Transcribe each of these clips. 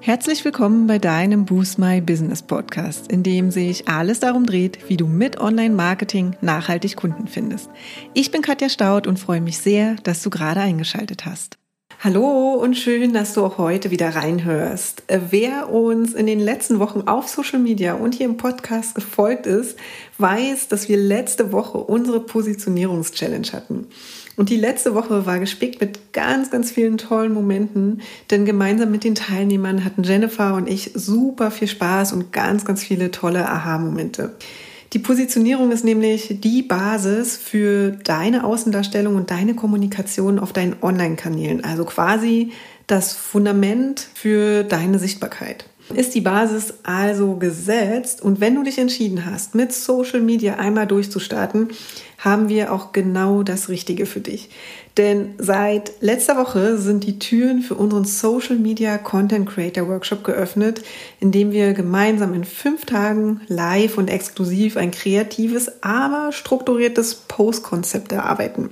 Herzlich willkommen bei deinem Boost My Business Podcast, in dem sich alles darum dreht, wie du mit Online-Marketing nachhaltig Kunden findest. Ich bin Katja Staud und freue mich sehr, dass du gerade eingeschaltet hast. Hallo und schön, dass du auch heute wieder reinhörst. Wer uns in den letzten Wochen auf Social Media und hier im Podcast gefolgt ist, weiß, dass wir letzte Woche unsere Positionierungs-Challenge hatten. Und die letzte Woche war gespickt mit ganz, ganz vielen tollen Momenten, denn gemeinsam mit den Teilnehmern hatten Jennifer und ich super viel Spaß und ganz, ganz viele tolle Aha-Momente. Die Positionierung ist nämlich die Basis für deine Außendarstellung und deine Kommunikation auf deinen Online-Kanälen, also quasi das Fundament für deine Sichtbarkeit. Ist die Basis also gesetzt und wenn du dich entschieden hast, mit Social Media einmal durchzustarten, haben wir auch genau das Richtige für dich. Denn seit letzter Woche sind die Türen für unseren Social Media Content Creator Workshop geöffnet, in dem wir gemeinsam in 5 Tagen live und exklusiv ein kreatives, aber strukturiertes Post-Konzept erarbeiten.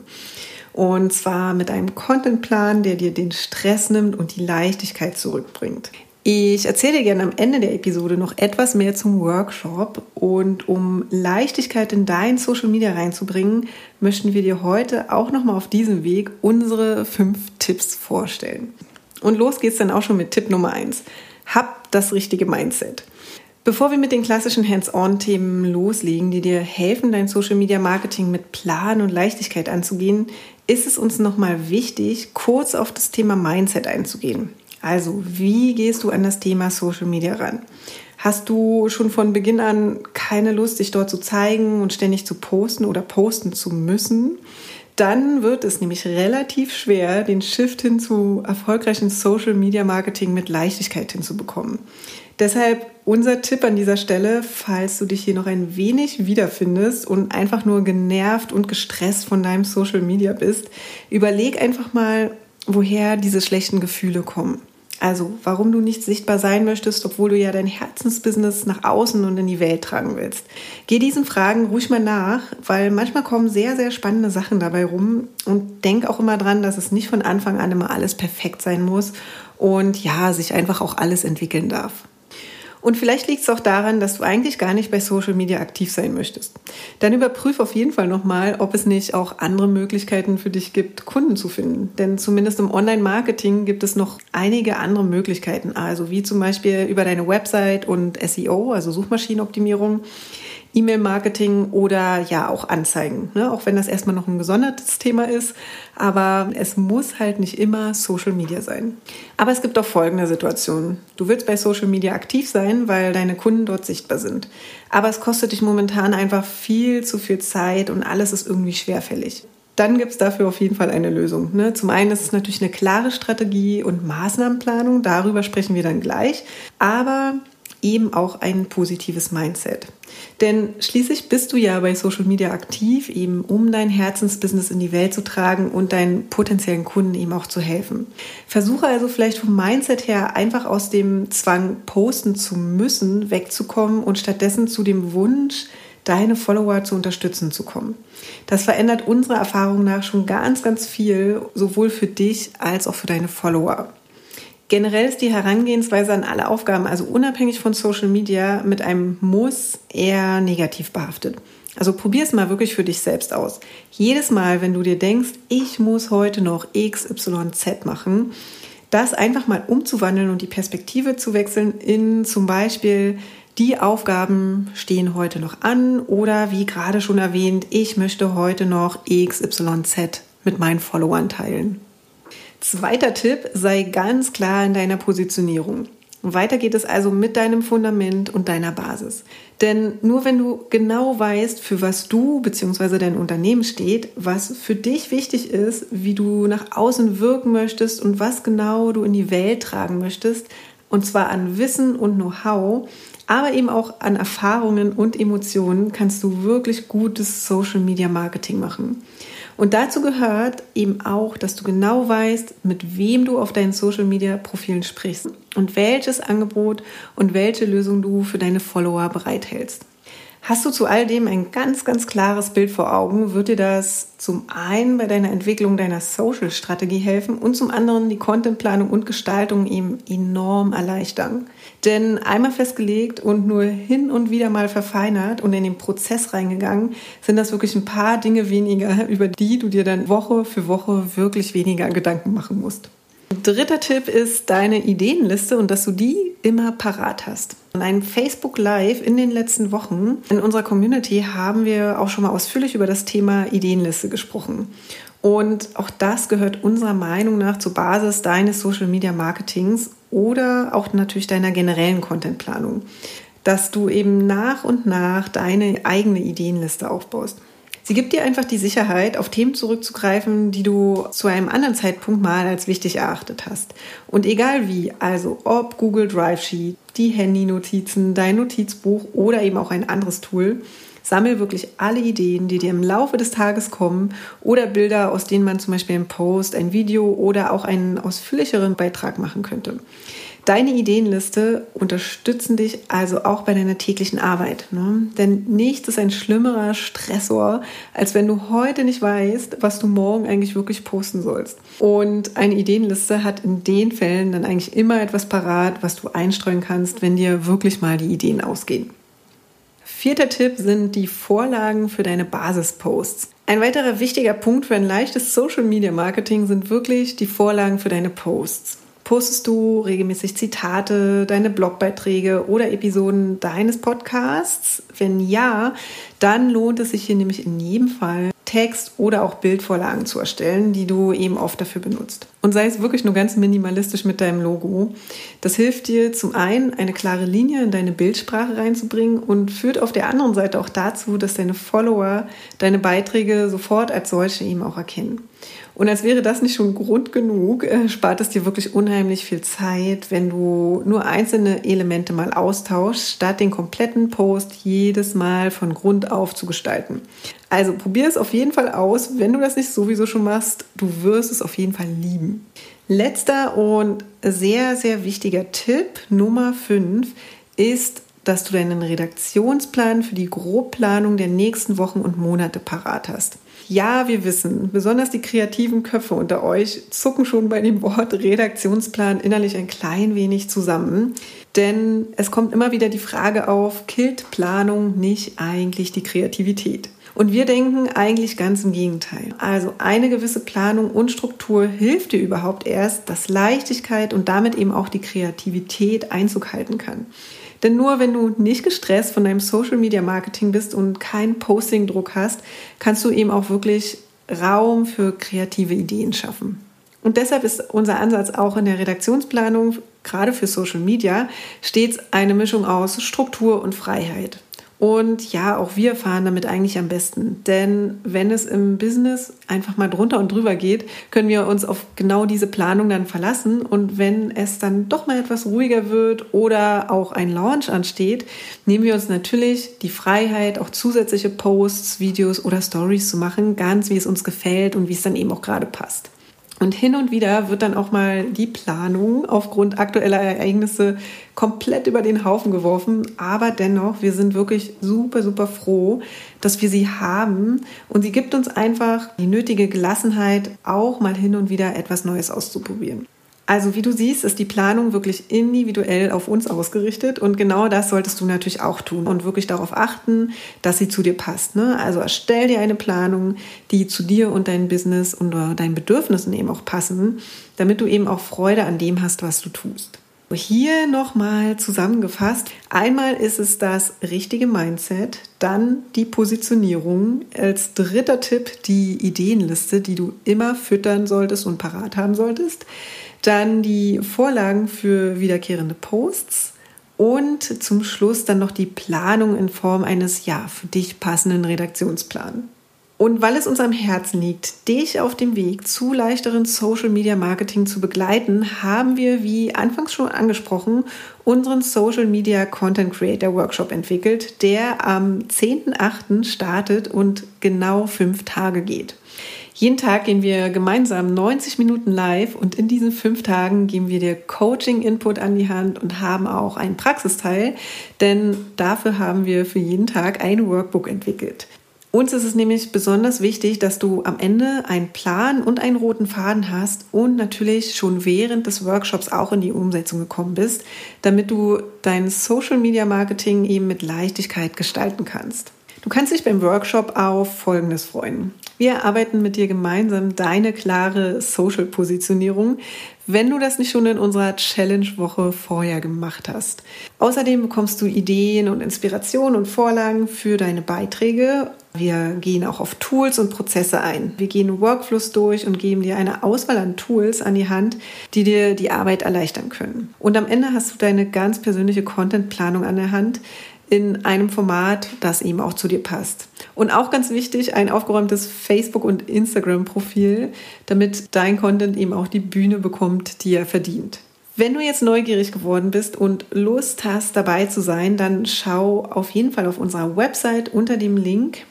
Und zwar mit einem Contentplan, der dir den Stress nimmt und die Leichtigkeit zurückbringt. Ich erzähle dir gerne am Ende der Episode noch etwas mehr zum Workshop und um Leichtigkeit in dein Social Media reinzubringen, möchten wir dir heute auch nochmal auf diesem Weg unsere 5 Tipps vorstellen. Und los geht's dann auch schon mit Tipp Nummer 1. Hab das richtige Mindset. Bevor wir mit den klassischen Hands-on-Themen loslegen, die dir helfen, dein Social Media Marketing mit Plan und Leichtigkeit anzugehen, ist es uns nochmal wichtig, kurz auf das Thema Mindset einzugehen. Also, wie gehst du an das Thema Social Media ran? Hast du schon von Beginn an keine Lust, dich dort zu zeigen und ständig zu posten oder posten zu müssen? Dann wird es nämlich relativ schwer, den Shift hin zu erfolgreichen Social Media Marketing mit Leichtigkeit hinzubekommen. Deshalb unser Tipp an dieser Stelle, falls du dich hier noch ein wenig wiederfindest und einfach nur genervt und gestresst von deinem Social Media bist, überleg einfach mal, woher diese schlechten Gefühle kommen. Also, warum du nicht sichtbar sein möchtest, obwohl du ja dein Herzensbusiness nach außen und in die Welt tragen willst. Geh diesen Fragen ruhig mal nach, weil manchmal kommen sehr, sehr spannende Sachen dabei rum und denk auch immer dran, dass es nicht von Anfang an immer alles perfekt sein muss und ja, sich einfach auch alles entwickeln darf. Und vielleicht liegt es auch daran, dass du eigentlich gar nicht bei Social Media aktiv sein möchtest. Dann überprüf auf jeden Fall nochmal, ob es nicht auch andere Möglichkeiten für dich gibt, Kunden zu finden. Denn zumindest im Online-Marketing gibt es noch einige andere Möglichkeiten. Also wie zum Beispiel über deine Website und SEO, also Suchmaschinenoptimierung, E-Mail-Marketing oder ja auch Anzeigen. Auch wenn das erstmal noch ein gesondertes Thema ist, aber es muss halt nicht immer Social Media sein. Aber es gibt auch folgende Situationen. Du willst bei Social Media aktiv sein, weil deine Kunden dort sichtbar sind. Aber es kostet dich momentan einfach viel zu viel Zeit und alles ist irgendwie schwerfällig. Dann gibt es dafür auf jeden Fall eine Lösung. Zum einen ist es natürlich eine klare Strategie und Maßnahmenplanung, darüber sprechen wir dann gleich, aber eben auch ein positives Mindset. Denn schließlich bist du ja bei Social Media aktiv, eben um dein Herzensbusiness in die Welt zu tragen und deinen potenziellen Kunden eben auch zu helfen. Versuche also vielleicht vom Mindset her einfach aus dem Zwang, posten zu müssen, wegzukommen und stattdessen zu dem Wunsch, deine Follower zu unterstützen zu kommen. Das verändert unserer Erfahrung nach schon ganz, ganz viel, sowohl für dich als auch für deine Follower. Generell ist die Herangehensweise an alle Aufgaben, also unabhängig von Social Media, mit einem Muss eher negativ behaftet. Also probier es mal wirklich für dich selbst aus. Jedes Mal, wenn du dir denkst, ich muss heute noch XYZ machen, das einfach mal umzuwandeln und die Perspektive zu wechseln in zum Beispiel, die Aufgaben stehen heute noch an oder wie gerade schon erwähnt, ich möchte heute noch XYZ mit meinen Followern teilen. Zweiter Tipp, sei ganz klar in deiner Positionierung. Weiter geht es also mit deinem Fundament und deiner Basis. Denn nur wenn du genau weißt, für was du bzw. dein Unternehmen steht, was für dich wichtig ist, wie du nach außen wirken möchtest und was genau du in die Welt tragen möchtest, und zwar an Wissen und Know-how, aber eben auch an Erfahrungen und Emotionen, kannst du wirklich gutes Social Media Marketing machen. Und dazu gehört eben auch, dass du genau weißt, mit wem du auf deinen Social-Media-Profilen sprichst und welches Angebot und welche Lösung du für deine Follower bereithältst. Hast du zu all dem ein ganz, ganz klares Bild vor Augen, wird dir das zum einen bei deiner Entwicklung deiner Social-Strategie helfen und zum anderen die Contentplanung und Gestaltung eben enorm erleichtern. Denn einmal festgelegt und nur hin und wieder mal verfeinert und in den Prozess reingegangen, sind das wirklich ein paar Dinge weniger, über die du dir dann Woche für Woche wirklich weniger Gedanken machen musst. Dritter Tipp ist deine Ideenliste und dass du die immer parat hast. In einem Facebook Live in den letzten Wochen in unserer Community haben wir auch schon mal ausführlich über das Thema Ideenliste gesprochen. Und auch das gehört unserer Meinung nach zur Basis deines Social Media Marketings oder auch natürlich deiner generellen Contentplanung, dass du eben nach und nach deine eigene Ideenliste aufbaust. Sie gibt dir einfach die Sicherheit, auf Themen zurückzugreifen, die du zu einem anderen Zeitpunkt mal als wichtig erachtet hast. Und egal wie, also ob Google Drive Sheet, die Handy-Notizen, dein Notizbuch oder eben auch ein anderes Tool, sammel wirklich alle Ideen, die dir im Laufe des Tages kommen oder Bilder, aus denen man zum Beispiel einen Post, ein Video oder auch einen ausführlicheren Beitrag machen könnte. Deine Ideenliste unterstützen dich also auch bei deiner täglichen Arbeit, ne? Denn nichts ist ein schlimmerer Stressor, als wenn du heute nicht weißt, was du morgen eigentlich wirklich posten sollst. Und eine Ideenliste hat in den Fällen dann eigentlich immer etwas parat, was du einstreuen kannst, wenn dir wirklich mal die Ideen ausgehen. Vierter Tipp sind die Vorlagen für deine Basisposts. Ein weiterer wichtiger Punkt für ein leichtes Social Media Marketing sind wirklich die Vorlagen für deine Posts. Postest du regelmäßig Zitate, deine Blogbeiträge oder Episoden deines Podcasts? Wenn ja, dann lohnt es sich hier nämlich in jedem Fall, Text- oder auch Bildvorlagen zu erstellen, die du eben oft dafür benutzt. Und sei es wirklich nur ganz minimalistisch mit deinem Logo. Das hilft dir zum einen, eine klare Linie in deine Bildsprache reinzubringen und führt auf der anderen Seite auch dazu, dass deine Follower deine Beiträge sofort als solche eben auch erkennen. Und als wäre das nicht schon Grund genug, spart es dir wirklich unheimlich viel Zeit, wenn du nur einzelne Elemente mal austauschst, statt den kompletten Post jedes Mal von Grund auf zu gestalten. Also probier es auf jeden Fall aus. Wenn du das nicht sowieso schon machst, du wirst es auf jeden Fall lieben. Letzter und sehr, sehr wichtiger Tipp, Nummer 5, ist, dass du deinen Redaktionsplan für die Grobplanung der nächsten Wochen und Monate parat hast. Ja, wir wissen, besonders die kreativen Köpfe unter euch zucken schon bei dem Wort Redaktionsplan innerlich ein klein wenig zusammen. Denn es kommt immer wieder die Frage auf, killt Planung nicht eigentlich die Kreativität? Und wir denken eigentlich ganz im Gegenteil. Also eine gewisse Planung und Struktur hilft dir überhaupt erst, dass Leichtigkeit und damit eben auch die Kreativität Einzug halten kann. Denn nur wenn du nicht gestresst von deinem Social Media Marketing bist und keinen Posting-Druck hast, kannst du eben auch wirklich Raum für kreative Ideen schaffen. Und deshalb ist unser Ansatz auch in der Redaktionsplanung, gerade für Social Media, stets eine Mischung aus Struktur und Freiheit. Und ja, auch wir fahren damit eigentlich am besten. Denn wenn es im Business einfach mal drunter und drüber geht, können wir uns auf genau diese Planung dann verlassen. Und wenn es dann doch mal etwas ruhiger wird oder auch ein Launch ansteht, nehmen wir uns natürlich die Freiheit, auch zusätzliche Posts, Videos oder Stories zu machen, ganz wie es uns gefällt und wie es dann eben auch gerade passt. Und hin und wieder wird dann auch mal die Planung aufgrund aktueller Ereignisse komplett über den Haufen geworfen. Aber dennoch, wir sind wirklich super, super froh, dass wir sie haben. Und sie gibt uns einfach die nötige Gelassenheit, auch mal hin und wieder etwas Neues auszuprobieren. Also wie du siehst, ist die Planung wirklich individuell auf uns ausgerichtet und genau das solltest du natürlich auch tun und wirklich darauf achten, dass sie zu dir passt, ne? Also erstell dir eine Planung, die zu dir und deinem Business und deinen Bedürfnissen eben auch passen, damit du eben auch Freude an dem hast, was du tust. Hier nochmal zusammengefasst. Einmal ist es das richtige Mindset, dann die Positionierung. Als dritter Tipp die Ideenliste, die du immer füttern solltest und parat haben solltest. Dann die Vorlagen für wiederkehrende Posts und zum Schluss dann noch die Planung in Form eines für dich passenden Redaktionsplans. Und weil es uns am Herzen liegt, dich auf dem Weg zu leichteren Social Media Marketing zu begleiten, haben wir, wie anfangs schon angesprochen, unseren Social Media Content Creator Workshop entwickelt, der am 10.8. startet und genau 5 Tage geht. Jeden Tag gehen wir gemeinsam 90 Minuten live und in diesen 5 Tagen geben wir dir Coaching-Input an die Hand und haben auch einen Praxisteil, denn dafür haben wir für jeden Tag ein Workbook entwickelt. Uns ist es nämlich besonders wichtig, dass du am Ende einen Plan und einen roten Faden hast und natürlich schon während des Workshops auch in die Umsetzung gekommen bist, damit du dein Social-Media-Marketing eben mit Leichtigkeit gestalten kannst. Du kannst dich beim Workshop auf Folgendes freuen. Wir erarbeiten mit dir gemeinsam deine klare Social-Positionierung, wenn du das nicht schon in unserer Challenge-Woche vorher gemacht hast. Außerdem bekommst du Ideen und Inspirationen und Vorlagen für deine Beiträge. Wir gehen auch auf Tools und Prozesse ein. Wir gehen Workflows durch und geben dir eine Auswahl an Tools an die Hand, die dir die Arbeit erleichtern können. Und am Ende hast du deine ganz persönliche Contentplanung an der Hand, in einem Format, das eben auch zu dir passt. Und auch ganz wichtig, ein aufgeräumtes Facebook- und Instagram-Profil, damit dein Content eben auch die Bühne bekommt, die er verdient. Wenn du jetzt neugierig geworden bist und Lust hast, dabei zu sein, dann schau auf jeden Fall auf unserer Website unter dem Link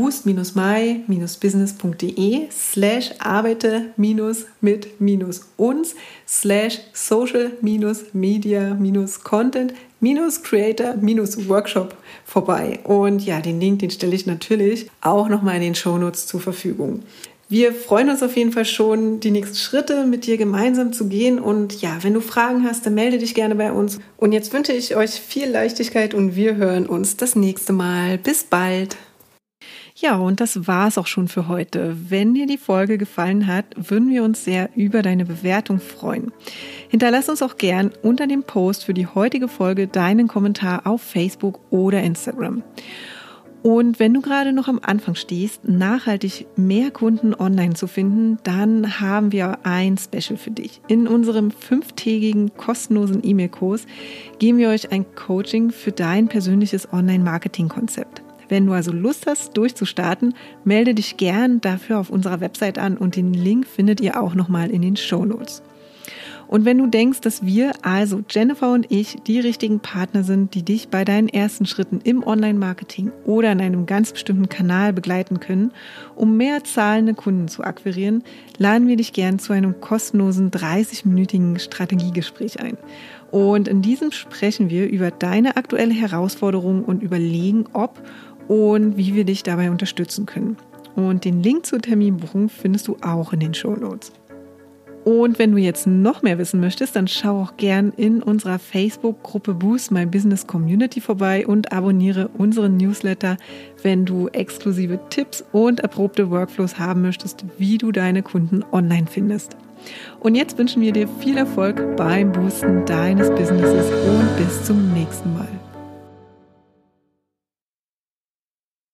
boost-my-business.de/arbeite-mit-uns/social-media-content-creator-workshop vorbei. Und ja, den Link, den stelle ich natürlich auch nochmal in den Shownotes zur Verfügung. Wir freuen uns auf jeden Fall schon, die nächsten Schritte mit dir gemeinsam zu gehen. Und ja, wenn du Fragen hast, dann melde dich gerne bei uns. Und jetzt wünsche ich euch viel Leichtigkeit und wir hören uns das nächste Mal. Bis bald! Ja, und das war's auch schon für heute. Wenn dir die Folge gefallen hat, würden wir uns sehr über deine Bewertung freuen. Hinterlass uns auch gern unter dem Post für die heutige Folge deinen Kommentar auf Facebook oder Instagram. Und wenn du gerade noch am Anfang stehst, nachhaltig mehr Kunden online zu finden, dann haben wir ein Special für dich. In unserem 5-tägigen kostenlosen E-Mail-Kurs geben wir euch ein Coaching für dein persönliches Online-Marketing-Konzept. Wenn du also Lust hast, durchzustarten, melde dich gern dafür auf unserer Website an und den Link findet ihr auch nochmal in den Shownotes. Und wenn du denkst, dass wir, also Jennifer und ich, die richtigen Partner sind, die dich bei deinen ersten Schritten im Online-Marketing oder in einem ganz bestimmten Kanal begleiten können, um mehr zahlende Kunden zu akquirieren, laden wir dich gern zu einem kostenlosen 30-minütigen Strategiegespräch ein. Und in diesem sprechen wir über deine aktuelle Herausforderung und überlegen, ob und wie wir dich dabei unterstützen können. Und den Link zur Terminbuchung findest du auch in den Shownotes. Und wenn du jetzt noch mehr wissen möchtest, dann schau auch gern in unserer Facebook-Gruppe Boost My Business Community vorbei und abonniere unseren Newsletter, wenn du exklusive Tipps und erprobte Workflows haben möchtest, wie du deine Kunden online findest. Und jetzt wünschen wir dir viel Erfolg beim Boosten deines Businesses und bis zum nächsten Mal.